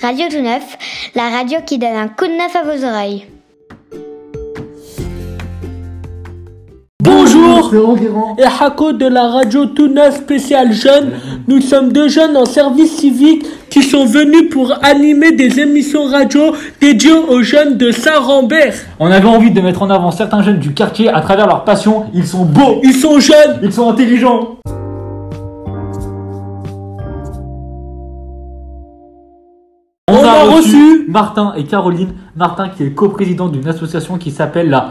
Radio Tout Neuf, la radio qui donne un coup de neuf à vos oreilles. Bonjour, et Hako de la radio Tout Neuf spécial jeunes. Nous sommes deux jeunes en service civique qui sont venus pour animer des émissions radio dédiées aux jeunes de Saint-Rambert. On avait envie de mettre en avant certains jeunes du quartier à travers leur passion. Ils sont beaux, Ils sont jeunes, ils sont intelligents. On a reçu Martin et Caroline. Martin qui est coprésident d'une association qui s'appelle la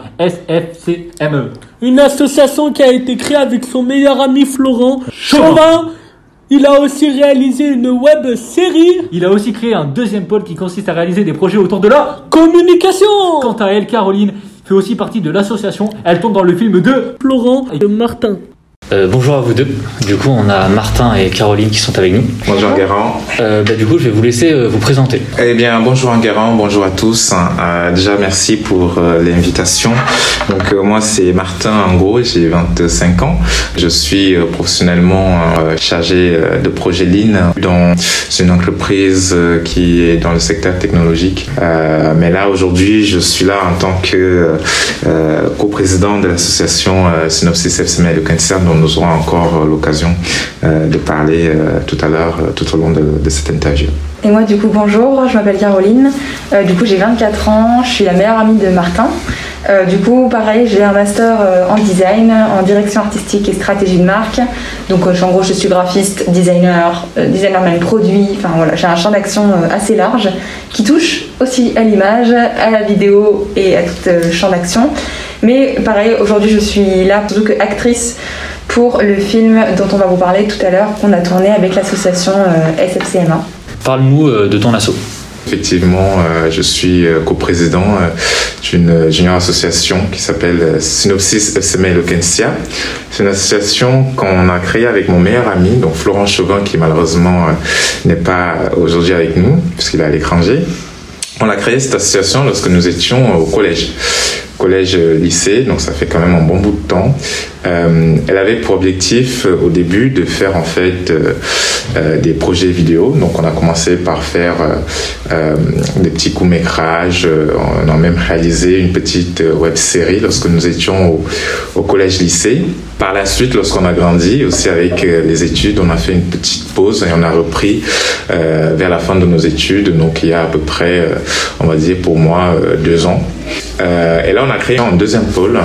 SFCME. une association qui a été créée avec son meilleur ami Florent Chauvin. Il a aussi réalisé une web série Il a aussi créé un deuxième pôle qui consiste à réaliser des projets autour de la... communication. Quant à elle, Caroline fait aussi partie de l'association. Elle tombe dans le film de... Florent et Martin. Bonjour à vous deux. Du coup, on a Martin et Caroline qui sont avec nous. Bonjour Enguerrand. Du coup, je vais vous laisser vous présenter. Eh bien, bonjour Enguerrand, bonjour à tous. Déjà, merci pour l'invitation. Donc, moi, c'est Martin Angot, j'ai 25 ans. Je suis professionnellement chargé de projet Lean dans une entreprise qui est dans le secteur technologique. Mais là, aujourd'hui, je suis là en tant que coprésident de l'association Synopsis FCME de Cancer, dont nous aurons encore l'occasion de parler tout à l'heure, tout au long de cette interview. Et moi, du coup, bonjour, je m'appelle Caroline. Du coup, j'ai 24 ans, je suis la meilleure amie de Martin. Du coup, pareil, j'ai un master en design, en direction artistique et stratégie de marque. Donc, en gros, je suis graphiste, designer même produit. Enfin, voilà, j'ai un champ d'action assez large qui touche aussi à l'image, à la vidéo et à tout champ d'action. Mais pareil, aujourd'hui, je suis là plutôt que actrice pour le film dont on va vous parler tout à l'heure, qu'on a tourné avec l'association SFCME. Parle-nous de ton asso. Effectivement, je suis coprésident d'une junior association qui s'appelle Synopsis FCME Loquencia. C'est une association qu'on a créée avec mon meilleur ami, donc Florent Chauvin, qui malheureusement n'est pas aujourd'hui avec nous, puisqu'il est à l'étranger. On a créé cette association lorsque nous étions au collège-lycée, donc ça fait quand même un bon bout de temps. Elle avait pour objectif au début de faire en fait des projets vidéo. Donc on a commencé par faire des petits courts-métrages. On a même réalisé une petite web série lorsque nous étions au collège-lycée. Par la suite, lorsqu'on a grandi, aussi avec les études, on a fait une petite pause et on a repris vers la fin de nos études. Donc il y a à peu près, on va dire pour moi, 2 ans. Et là, on a créé un deuxième pôle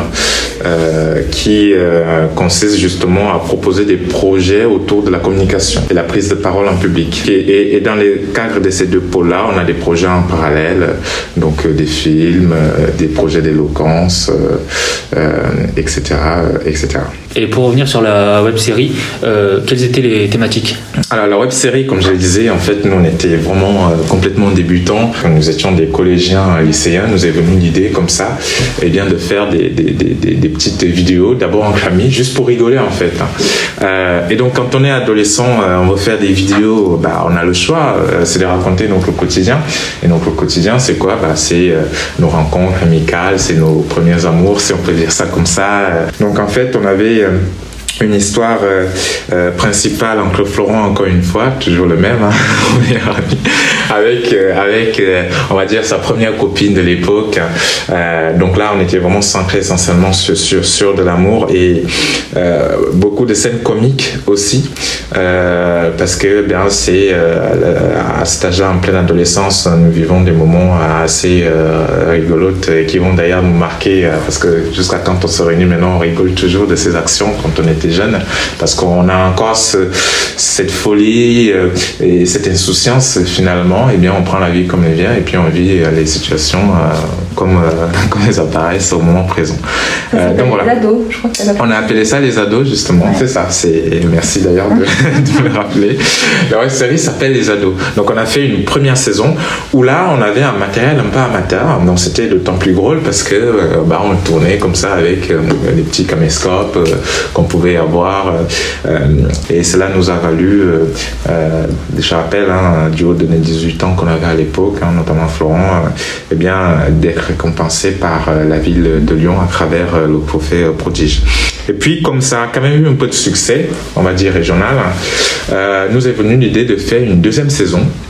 qui consiste justement à proposer des projets autour de la communication et la prise de parole en public. Et dans le cadre de ces deux pôles-là, on a des projets en parallèle, donc des films, des projets d'éloquence, etc., etc. Et pour revenir sur la web-série, quelles étaient les thématiques ? Alors la web-série, comme je le disais, en fait, nous on était vraiment complètement débutants. Quand nous étions des collégiens, lycéens, nous est venue l'idée comme ça, et bien de faire des petites vidéos, d'abord en famille, juste pour rigoler en fait. Et donc quand on est adolescent, on veut faire des vidéos, on a le choix, c'est de raconter notre quotidien. Et notre quotidien, c'est quoi ? C'est nos rencontres amicales, c'est nos premiers amours, si on peut dire ça comme ça. Donc en fait, on avait une histoire principale entre Florent, encore une fois, toujours le même, avec on va dire sa première copine de l'époque. Donc là, on était vraiment centré essentiellement sur de l'amour et beaucoup de scènes comiques aussi, parce que c'est à cet âge-là, en pleine adolescence, nous vivons des moments assez rigolotes qui vont d'ailleurs nous marquer, parce que jusqu'à quand on se réunit maintenant, on rigole toujours de ces actions quand on était jeune, parce qu'on a encore cette folie et cette insouciance finalement. Et bien on prend la vie comme elle vient et puis on vit les situations comme elles apparaissent au moment présent. Donc voilà. Les ados, je crois que on a appelé ça les ados justement. Ouais. C'est ça. Merci d'ailleurs de me rappeler. La web série s'appelle les ados. Donc on a fait une première saison où là on avait un matériel un peu amateur, donc c'était d'autant plus drôle parce que on tournait comme ça avec des petits caméscopes qu'on pouvait avoir et cela nous a valu, je rappelle, du haut de nos 18 ans qu'on avait à l'époque, notamment Florent, d'être récompensé par la ville de Lyon à travers le trophée Prodige. Et puis comme ça a quand même eu un peu de succès, on va dire régional, nous est venue l'idée de faire une deuxième saison.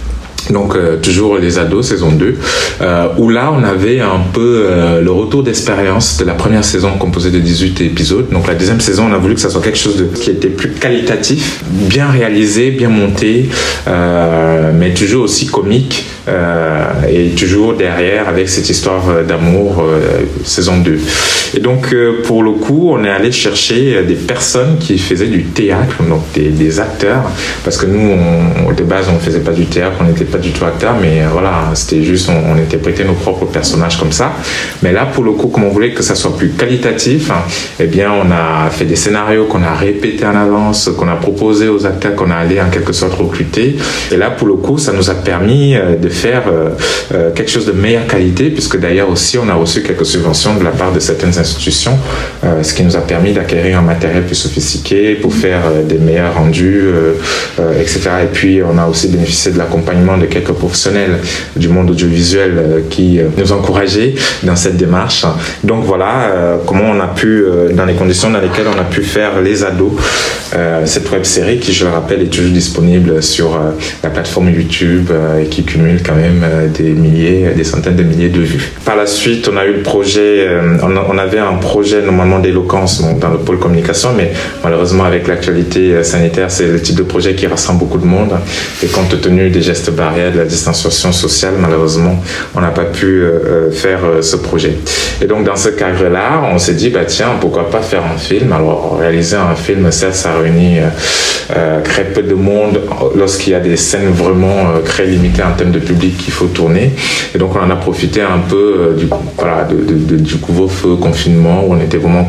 Donc toujours les ados, saison 2, où là on avait un peu le retour d'expérience de la première saison composée de 18 épisodes. Donc la deuxième saison, on a voulu que ça soit quelque chose qui était plus qualitatif, bien réalisé, bien monté, mais toujours aussi comique, et toujours derrière avec cette histoire d'amour, saison 2. Et donc pour le coup, on est allé chercher des personnes qui faisaient du théâtre, donc des acteurs, parce que nous, de base, on ne faisait pas du théâtre, on n'était pas du tout acteur, mais voilà, c'était juste, on interprétait nos propres personnages comme ça. Mais là, pour le coup, comme on voulait que ça soit plus qualitatif, eh bien, on a fait des scénarios qu'on a répétés en avance, qu'on a proposé aux acteurs, qu'on a allé en quelque sorte recruter. Et là, pour le coup, ça nous a permis de faire quelque chose de meilleure qualité, puisque d'ailleurs aussi, on a reçu quelques subventions de la part de certaines institutions, ce qui nous a permis d'acquérir un matériel plus sophistiqué pour faire des meilleurs rendus, etc. Et puis, on a aussi bénéficié de l'accompagnement de quelques professionnels du monde audiovisuel qui nous encourageaient dans cette démarche. Donc voilà comment on a pu, dans les conditions dans lesquelles on a pu faire Les Ados, cette web série qui, je le rappelle, est toujours disponible sur la plateforme YouTube et qui cumule quand même des centaines de milliers de vues. Par la suite, on a eu le projet, on avait un projet normalement d'éloquence dans le pôle communication, mais malheureusement avec l'actualité sanitaire, c'est le type de projet qui rassemble beaucoup de monde, et compte tenu des gestes barrières, de la distanciation sociale, malheureusement, on n'a pas pu faire ce projet. Et donc, dans ce cadre-là, on s'est dit, bah tiens, pourquoi pas faire un film? Alors, réaliser un film, ça réunit très peu de monde lorsqu'il y a des scènes vraiment très limitées en termes de public qu'il faut tourner. Et donc, on en a profité un peu du couvre-feu, confinement, où on était vraiment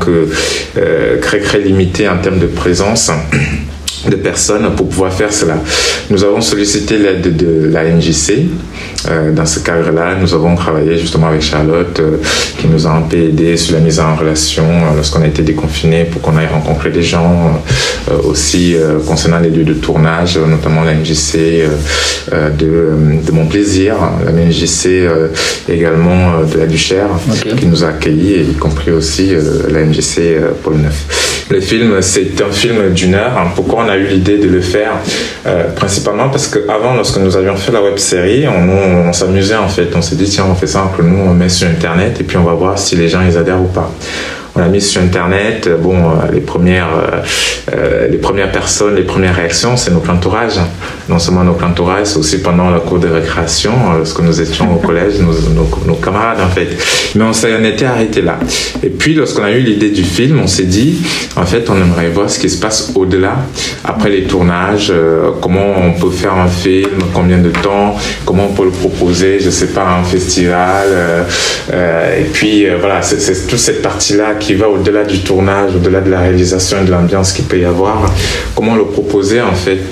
très limité en termes de présence de personnes pour pouvoir faire cela. Nous avons sollicité l'aide de la NJC. Dans ce cadre-là, nous avons travaillé justement avec Charlotte qui nous a un peu aidé sur la mise en relation lorsqu'on a été déconfinés pour qu'on aille rencontrer des gens, aussi concernant les lieux de tournage, notamment la NJC de Mon Plaisir, la NJC également de la Duchère, qui nous a accueillis, y compris aussi la NJC Pôle Neuf. Le film, c'est un film d'1 heure. Pourquoi on a eu l'idée de le faire? Principalement parce qu'avant, lorsque nous avions fait la web série, on s'amusait en fait. On s'est dit, tiens, on fait ça entre nous, on met sur Internet et puis on va voir si les gens ils adhèrent ou pas. On l'a mis sur Internet. Bon, les premières personnes, les premières réactions, c'est notre entourage. Non seulement notre entourage, c'est aussi pendant la cour de récréation, lorsque nous étions au collège, nos camarades en fait. Mais on s'en était arrêté là. Et puis, lorsqu'on a eu l'idée du film, on s'est dit, en fait, on aimerait voir ce qui se passe au-delà, après les tournages, comment on peut faire un film, combien de temps, comment on peut le proposer, je sais pas, à un festival. Et puis, voilà, c'est toute cette partie-là qui va au-delà du tournage, au-delà de la réalisation et de l'ambiance qu'il peut y avoir. Comment le proposer, en fait,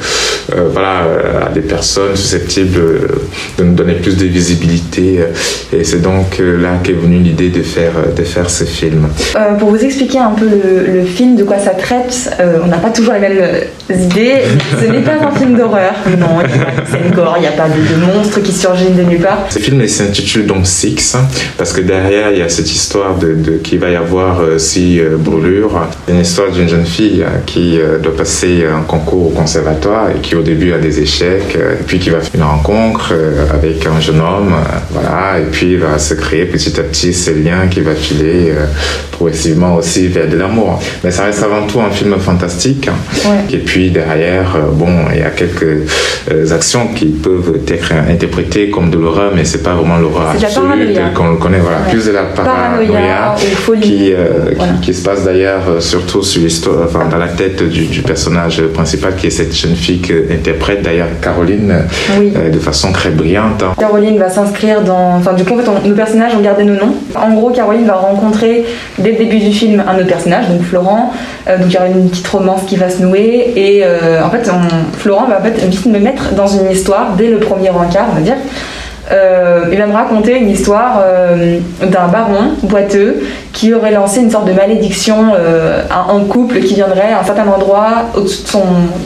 à des personnes susceptibles de nous donner plus de visibilité. Et c'est donc là qu'est venue l'idée de faire ce film. Pour vous expliquer un peu le film, de quoi ça traite, on n'a pas toujours les mêmes idées. Ce n'est pas un film d'horreur. Non, c'est une gore, il n'y a pas de monstres qui surgissent de nulle part. Ce film s'intitule donc Six, parce que derrière, il y a cette histoire qu'il va y avoir 6 brûlures. Une histoire d'une jeune fille qui doit passer un concours au conservatoire et qui au début a des échecs, et puis qui va faire une rencontre avec un jeune homme, voilà, et puis il va se créer petit à petit ce lien qui va filer progressivement aussi vers de l'amour. Mais ça reste avant tout un film fantastique. Ouais. Et puis derrière, il y a quelques actions qui peuvent être interprétées comme de l'horreur, mais c'est pas vraiment l'horreur absolue telle qu'on le connaît. Voilà, plus de la paranoïa qui se passe d'ailleurs surtout sur l'histoire, dans la tête du personnage principal, qui est cette jeune fille qu'interprète d'ailleurs Caroline, de façon très brillante. Caroline va s'inscrire dans... du coup, en fait, nos personnages ont gardé nos noms. En gros, Caroline va rencontrer, dès le début du film, un autre personnage, donc Florent. Donc il y aura une petite romance qui va se nouer. Et en fait, Florent va vite me mettre dans une histoire, dès le premier encart, on va dire. Il va me raconter une histoire d'un baron boiteux qui aurait lancé une sorte de malédiction à un couple qui viendrait à un certain endroit au-dessus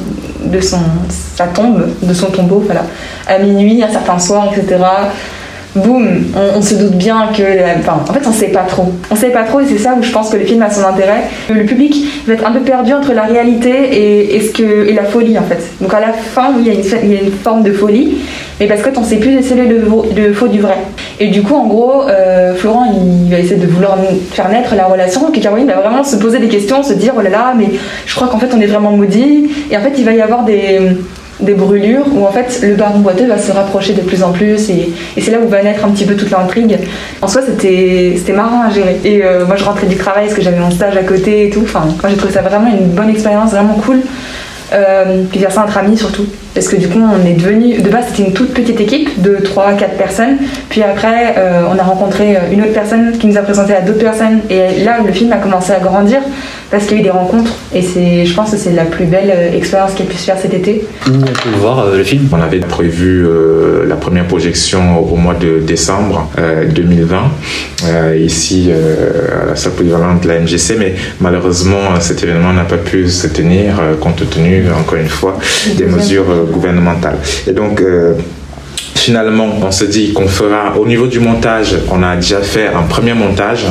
de son tombeau, voilà, à minuit, un certain soir, etc. boum, on se doute bien que... en fait, on sait pas trop. On sait pas trop et c'est ça où je pense que le film a son intérêt. Le public va être un peu perdu entre la réalité et la folie, en fait. Donc à la fin, oui, il y a une forme de folie, mais parce qu'on sait plus déceler le faux du vrai. Et du coup, en gros, Florent, il va essayer de vouloir faire naître la relation, que Caroline va vraiment se poser des questions, se dire, oh là là, mais je crois qu'en fait, on est vraiment maudits. Et en fait, il va y avoir des brûlures où en fait le baron boiteux va se rapprocher de plus en plus et c'est là où va naître un petit peu toute l'intrigue. En soi c'était marrant à gérer et moi je rentrais du travail parce que j'avais mon stage à côté et tout, enfin j'ai trouvé ça vraiment une bonne expérience, vraiment cool. Puis faire ça entre amis surtout parce que du coup on est devenu, de base c'était une toute petite équipe de 3-4 personnes, puis après on a rencontré une autre personne qui nous a présenté à d'autres personnes et là le film a commencé à grandir parce qu'il y a eu des rencontres et je pense que c'est la plus belle expérience qu'il ait pu se faire cet été. Où on peut voir le film? On avait prévu la première projection au mois de décembre 2020 ici à la salle polyvalente de la MJC, mais malheureusement cet événement n'a pas pu se tenir compte tenu encore une fois des mesures gouvernementales. Et donc finalement, on se dit qu'on fera, au niveau du montage, on a déjà fait un premier montage.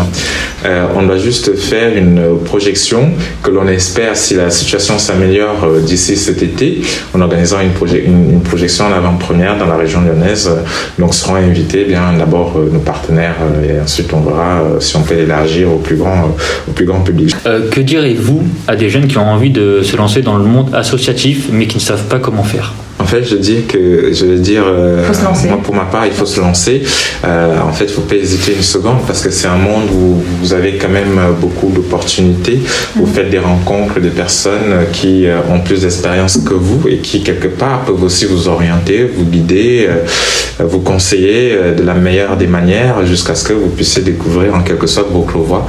On doit juste faire une projection que l'on espère, si la situation s'améliore d'ici cet été, en organisant une projection en avant-première dans la région lyonnaise. Donc seront invités bien d'abord nos partenaires et ensuite on verra si on peut l'élargir au plus grand public. Que direz-vous à des jeunes qui ont envie de se lancer dans le monde associatif mais qui ne savent pas comment faire? En fait, je veux dire, moi pour ma part, il faut se lancer. En fait, il ne faut pas hésiter une seconde parce que c'est un monde où vous avez quand même beaucoup d'opportunités. Vous faites des rencontres de personnes qui ont plus d'expérience que vous et qui, quelque part, peuvent aussi vous orienter, vous guider, vous conseiller de la meilleure des manières jusqu'à ce que vous puissiez découvrir en quelque sorte vos voies.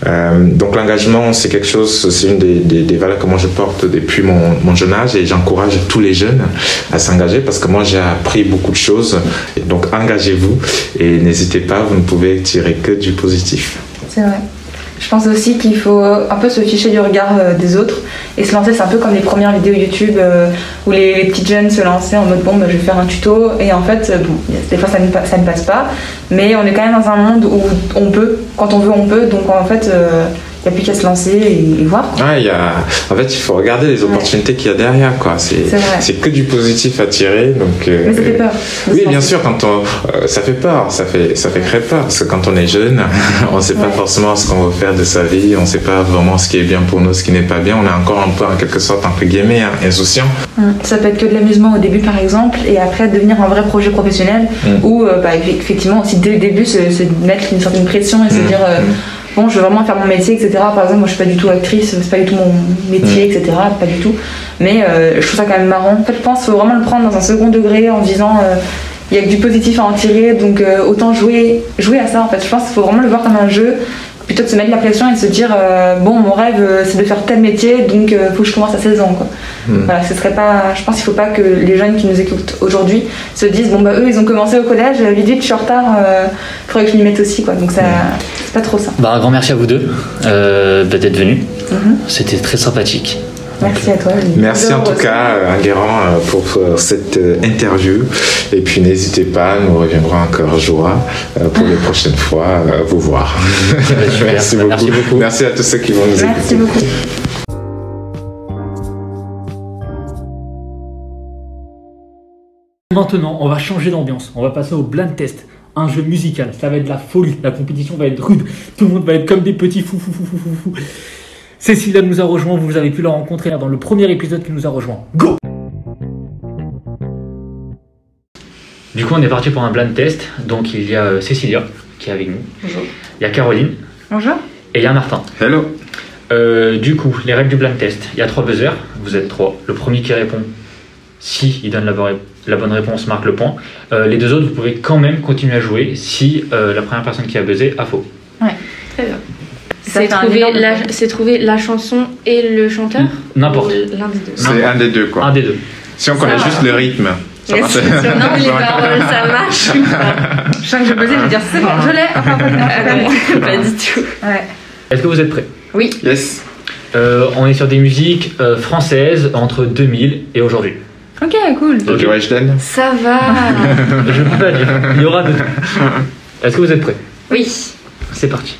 Donc l'engagement, c'est quelque chose, c'est une des valeurs que moi je porte depuis mon jeune âge et j'encourage tous les jeunes à s'engager parce que moi j'ai appris beaucoup de choses. Et donc engagez-vous et n'hésitez pas, vous ne pouvez tirer que du positif. C'est vrai. Je pense aussi qu'il faut un peu se ficher du regard des autres et se lancer. C'est un peu comme les premières vidéos YouTube où les petites jeunes se lançaient en mode je vais faire un tuto et en fait des fois ça ne passe pas, mais on est quand même dans un monde où on peut, quand on veut on peut, donc en fait il n'y a plus qu'à se lancer et voir. Ouais, en fait, il faut regarder les opportunités qu'il y a derrière, quoi. C'est que du positif à tirer. Donc, mais ça fait peur. Oui, bien sûr, quand ça fait peur, ça fait très peur, parce que quand on est jeune, on ne sait pas forcément ce qu'on veut faire de sa vie, on ne sait pas vraiment ce qui est bien pour nous, ce qui n'est pas bien. On est encore un peu, en quelque sorte, entre guillemets, insouciant. Ça peut être que de l'amusement au début, par exemple, et après devenir un vrai projet professionnel, où effectivement, aussi dès le début, se mettre une certaine pression et se dire je veux vraiment faire mon métier, etc. Par exemple, moi je suis pas du tout actrice, c'est pas du tout mon métier, etc. Pas du tout. Mais je trouve ça quand même marrant. En fait, je pense qu'il faut vraiment le prendre dans un second degré en disant il y a que du positif à en tirer, donc autant jouer à ça. En fait, je pense qu'il faut vraiment le voir comme un jeu, plutôt que de se mettre la pression et de se dire mon rêve c'est de faire tel métier, donc faut que je commence à 16 ans, quoi. Voilà, ce serait pas. Je pense qu'il faut pas que les jeunes qui nous écoutent aujourd'hui se disent eux ils ont commencé au collège, vite je suis en retard, faudrait que je m'y mette aussi, quoi. Donc ça, c'est pas trop ça. Un grand merci à vous deux d'être venus. C'était très sympathique. Merci à toi. Merci en tout cas, Enguerrand, pour cette interview. Et puis n'hésitez pas, nous reviendrons encore joie pour les prochaines fois vous voir. Merci beaucoup. Merci à tous ceux qui vont nous écouter. Merci beaucoup. Maintenant, on va changer d'ambiance. On va passer au blind test. Un jeu musical. Ça va être de la folie. La compétition va être rude. Tout le monde va être comme des petits fous. Cécilia nous a rejoint. Vous avez pu la rencontrer dans le premier épisode qui nous a rejoint. Go! Du coup, on est parti pour un blind test. Donc, il y a Cécilia qui est avec nous. Bonjour. Il y a Caroline. Bonjour. Et il y a Martin. Hello. Du coup, les règles du blind test. Il y a 3 buzzers. Vous êtes 3. Le premier qui répond, si il donne la bonne réponse, marque le point. Les 2 autres, vous pouvez quand même continuer à jouer si la première personne qui a buzzé a faux. Ouais, très bien. C'est trouver la chanson et le chanteur? N'importe. L'un des deux. C'est un des deux, quoi. Un des deux. Si on connaît juste le rythme. Non, mais les paroles, ça marche ou pas? Je sens que je buzzais, je vais dire c'est bon, je l'ai. Enfin, pas du tout. Ouais. Est-ce que vous êtes prêts? Oui. Yes. On est sur des musiques françaises entre 2000 et aujourd'hui. Ok, cool. Ok, Weshden. Ça va. Je peux pas dire. Il y aura de tout. Est-ce que vous êtes prêts? Oui. C'est parti.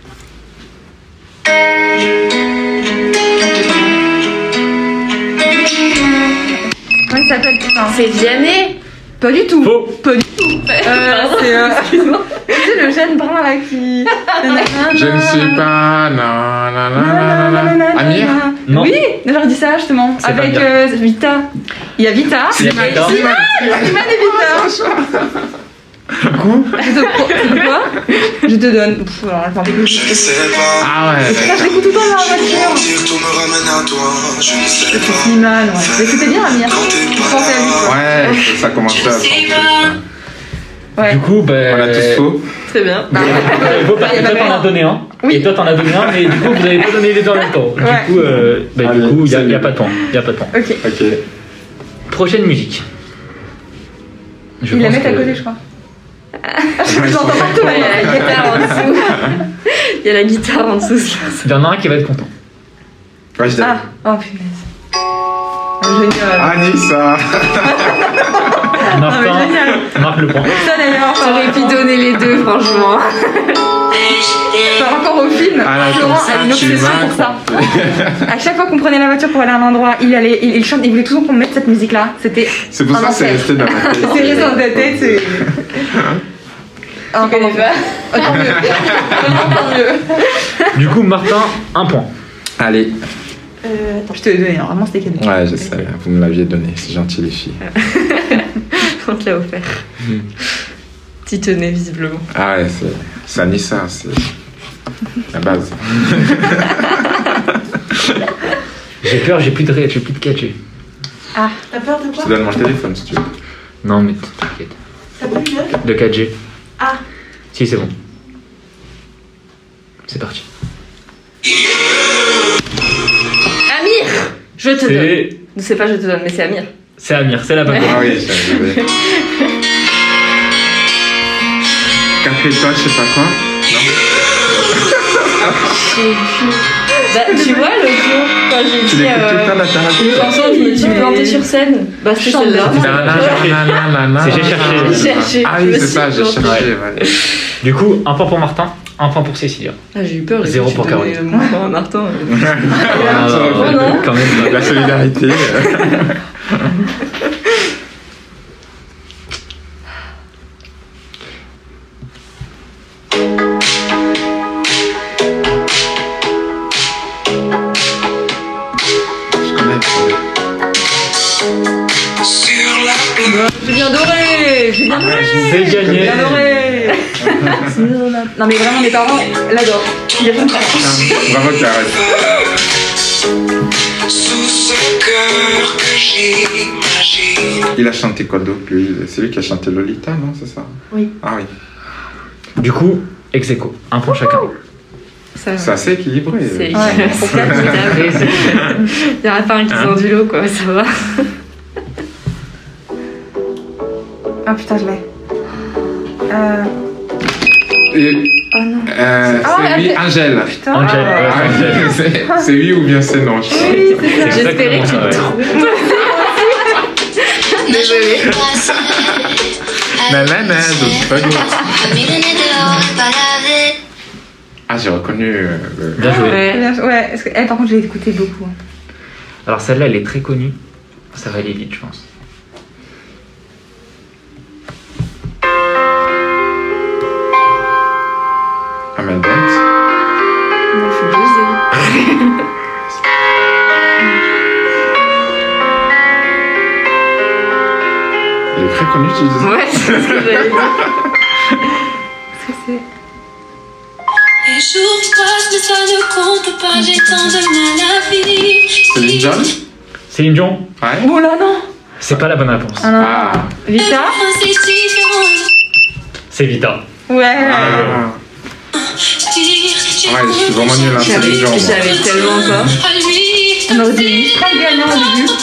Comment il s'appelle putain? C'est Vianney. Pas du tout. Faux. Pas du tout. Excuse-moi. C'est le jeune brun là qui. Je ne suis pas. Amir. Non. Oui, j'aurais dit ça justement. C'est pas Avec Vita. Il y a Vita. Slimane. Slimane et Vita. Du coup. Quoi? Je te donne. Pff, alors, je m'en rappelle plus. Ah ouais. Putain, je l'écoute tout le temps dans la voiture. C'est Slimane, ouais. Mais c'était bien, Amir. Je pensais à lui, quoi. Ouais, ça commençait à sentir. Ouais. Du coup, On a tous faux. Très bien. toi t'en as donné un. Oui. Et toi t'en as donné un, mais du coup vous avez pas donné les deux en même temps. Ouais. Du coup, il Allez, n'y a pas de point. Il y a pas de point. Ok. Ok. Prochaine musique. Je Il la pense met à que- côté, je crois. Je l'entends partout, Il y a la guitare en dessous. Il y a la guitare en dessous. Il y en a un qui va être content. Weshden. Ah, oh punaise. Génial. Anissa. Martin génial. marque le point. Ça d'ailleurs, J'aurais pu donner les deux, franchement. par rapport au film, Ah, là, Florent comme ça, a une tu obsession m'as pour ça. À chaque fois qu'on prenait la voiture pour aller à un endroit, il chante, il voulait toujours qu'on mette cette musique-là. C'était. C'est pour ça que c'est resté dans ma tête. C'est resté dans ta tête, c'est. Tu connais pas? Tant mieux. Vraiment, tant mieux. Du coup, Martin, un point. Allez. Attends, je te l'ai donné, hein. Vraiment c'était cadeau. Ouais, je sais. Vous me l'aviez donné. C'est gentil, les filles. On te l'a offert. Tu tenais visiblement. Ah ouais, c'est Anissa. C'est la base. J'ai peur, j'ai plus de 4G. Ah, t'as peur de Je quoi? te donne mon téléphone si tu veux. Non, mais t'inquiète. T'as plus de. De 4G. Ah. Si, c'est bon. C'est parti. Amir! Je te donne. C'est... C'est pas je te donne, mais c'est Amir. C'est Amir, c'est la bonne. Ah oui, j'avais. Café toi, je sais pas quoi. Bah, tu vois, l'autre jour, quand j'ai Tu dit l'écoutes tout le temps dans ta radio. une chanson, je me suis plantée sur scène. Bah, c'est celle-là. C'est j'ai cherché. J'ai cherché. Ah Je oui, me c'est suis ça, j'ai plantée. cherché. Ouais. Du coup, un point pour Martin, un point pour Cécilia. Ah, j'ai eu peur. 0 pour Caroline. Mon point à Martin. Ah, non. quand même. La solidarité. Je connais. J'ai bien doré. J'ai bien doré. C'est gagné. J'ai bien doré. Non mais vraiment mes parents l'adorent. Il est vraiment Bravo, Karen. Il a chanté quoi d'autre, lui? C'est lui qui a chanté Lolita, non? C'est ça? Oui. Ah oui. Du coup, ex aequo, un point chacun. Ça C'est assez équilibré. C'est Ouais. Il y en a pas un qui sort du lot, quoi, ça va. Ah putain, je l'ai. Et, Oh non. c'est oui, Angèle. Putain. Angèle, ouais. Ah, c'est oui ou bien c'est non, je crois. Oui, c'est ça. C'est J'espérais que tu exactement te ça, trompes. Désolée. Nanana, donc pas grave. Ah, j'ai reconnu le... Bien joué. Ouais. Ouais, parce que, par contre, je l'ai écouté beaucoup. Alors celle-là, elle est très connue. Ça va aller vite, je pense. Amel Bent. Il faut le Il est très connu, tu disais. Ouais, c'est ce que j'allais dire. Qu'est-ce que c'est? Les jours passent, mais ça ne compte pas, j'ai tant de mal à vivre. Céline Dion? Céline Dion, Ouais. Oh là non. c'est pas la bonne réponse. Ah non. Ah. Vita? C'est différent. C'est Vita. Ouais. Ah. Ouais, je suis vraiment nul, hein, Céline Dion. moi. J'avais tellement peur. On aurait dit Mistral gagnant au début.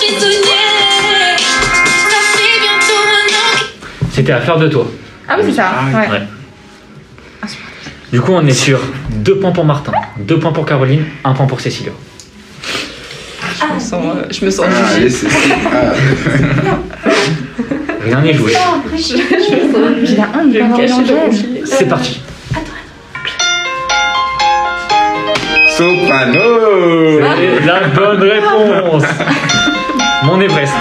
C'était à fleur de toi. Ah oui, c'est ça. Ah oui. Ouais. Ouais. Du coup, on est sur 2 points pour Martin, 2 points pour Caroline, 1 point pour Cécilia. je me sens Ah, allez, c'est Rien n'est joué. J'ai la honte de pas avoir l'angèle. C'est parti. Soprano. C'est la bonne réponse. Mon Everest.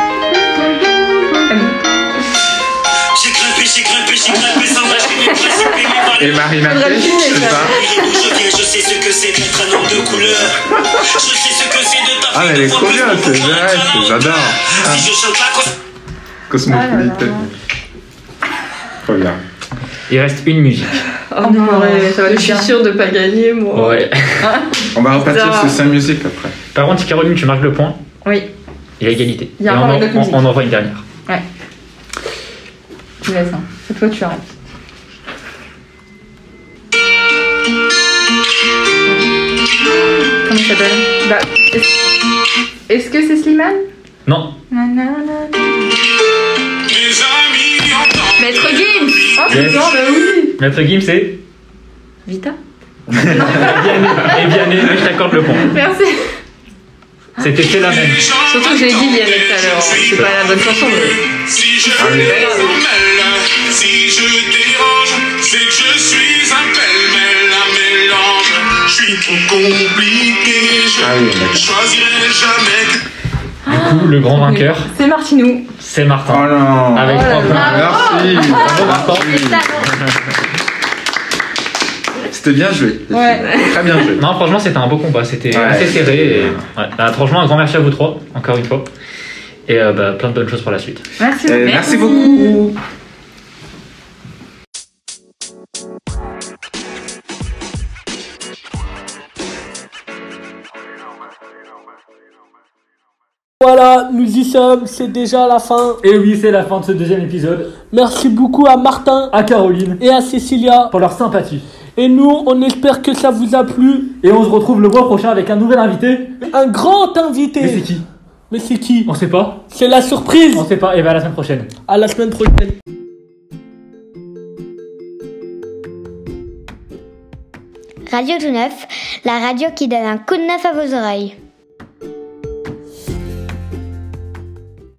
J'ai grimpé sans vache. Et Marina Pêche, c'est ça? Je sais ce que c'est d'être un homme de couleur. Je sais ce que c'est de taper. Ah, mais elle est trop bien, c'est vrai, j'adore. Si je chante pas, Cosmopolitan. Trop bien. Il reste une musique. Oh non, je suis sûre de pas gagner, moi. Ouais. On va repartir sur 5 musiques après. Par contre, si Caroline, tu marques le point, Oui, il y a égalité. Il y a Et encore une autre musique. on envoie une dernière. je laisse. Cette fois, tu arrêtes. Comment il s'appelle? Bah, est-ce que c'est Slimane? Non. Maître Gims. Oh Yes. putain, bah oui. Maître Gims, c'est Vita. Vianney, mais je t'accorde le point. Merci. C'était C'est la même. Surtout que j'ai dit Vianney tout à l'heure. C'est pas la bonne chanson, mais... si je Ah oui. mêle, si je dérange, c'est que je suis un pêle-mêle, un mélange. Je suis trop compliqué, Ah oui, d'accord. je choisirai jamais que. Du coup, le grand vainqueur, C'est Martinou. c'est Oh Martin. non. Avec 3 points. Merci. Bravo, Martin. C'était bien joué. Ouais. Très bien joué. Non, franchement, c'était un beau combat. C'était Ouais. assez serré. Et, ouais. Bah, franchement, un grand merci à vous trois, encore une fois. Et plein de bonnes choses pour la suite. Merci. Merci beaucoup. Voilà, nous y sommes, c'est déjà la fin. Et oui, c'est la fin de ce deuxième épisode. Merci beaucoup à Martin À Caroline, et à Cécilia. pour leur sympathie. Et nous, on espère que ça vous a plu. Et on se retrouve le mois prochain avec un nouvel invité. Un grand invité. Mais c'est qui? Mais c'est qui? On sait pas. C'est la surprise. On sait pas. Et bah à la semaine prochaine. À la semaine prochaine. Radio Tout Neuf, la radio qui donne un coup de neuf à vos oreilles.